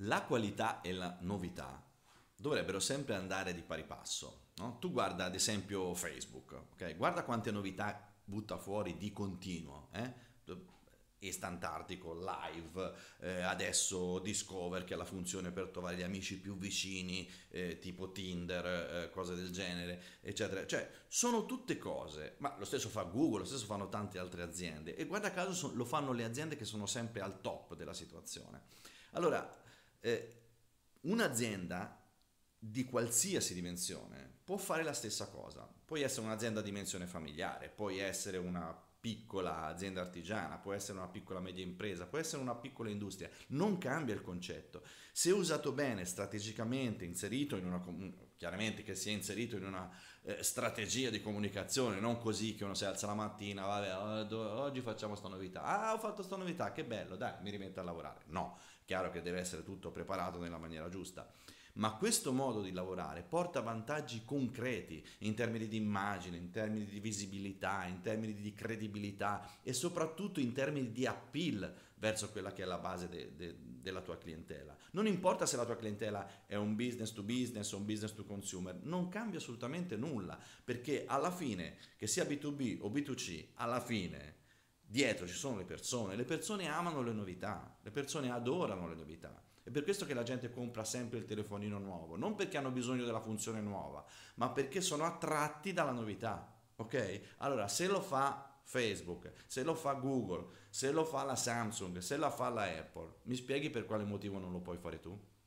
la qualità e la novità dovrebbero sempre andare di pari passo, no? Tu guarda ad esempio Facebook, ok? Guarda quante novità butta fuori di continuo, Instant Article, Live, adesso Discover che è la funzione per trovare gli amici più vicini, tipo Tinder, cose del genere, eccetera. Cioè, sono tutte cose, ma lo stesso fa Google, lo stesso fanno tante altre aziende e guarda caso lo fanno le aziende che sono sempre al top della situazione. Allora, un'azienda di qualsiasi dimensione può fare la stessa cosa. Puoi essere un'azienda a dimensione familiare, puoi essere una piccola azienda artigiana, può essere una piccola media impresa, può essere una piccola industria, non cambia il concetto. Se usato bene, strategicamente, inserito in una chiaramente che sia inserito in una strategia di comunicazione, non così che uno si alza la mattina, vabbè, oggi facciamo sta novità. Ah, ho fatto sta novità, che bello, dai, mi rimetto a lavorare. No, chiaro che deve essere tutto preparato nella maniera giusta. Ma questo modo di lavorare porta vantaggi concreti in termini di immagine, in termini di visibilità, in termini di credibilità e soprattutto in termini di appeal verso quella che è la base della tua clientela. Non importa se la tua clientela è un business to business o un business to consumer, non cambia assolutamente nulla, perché alla fine, che sia B2B o B2C, alla fine dietro ci sono le persone amano le novità, le persone adorano le novità. È per questo che la gente compra sempre il telefonino nuovo, non perché hanno bisogno della funzione nuova, ma perché sono attratti dalla novità, ok? Allora, se lo fa Facebook, se lo fa Google, se lo fa la Samsung, se lo fa la Apple, mi spieghi per quale motivo non lo puoi fare tu?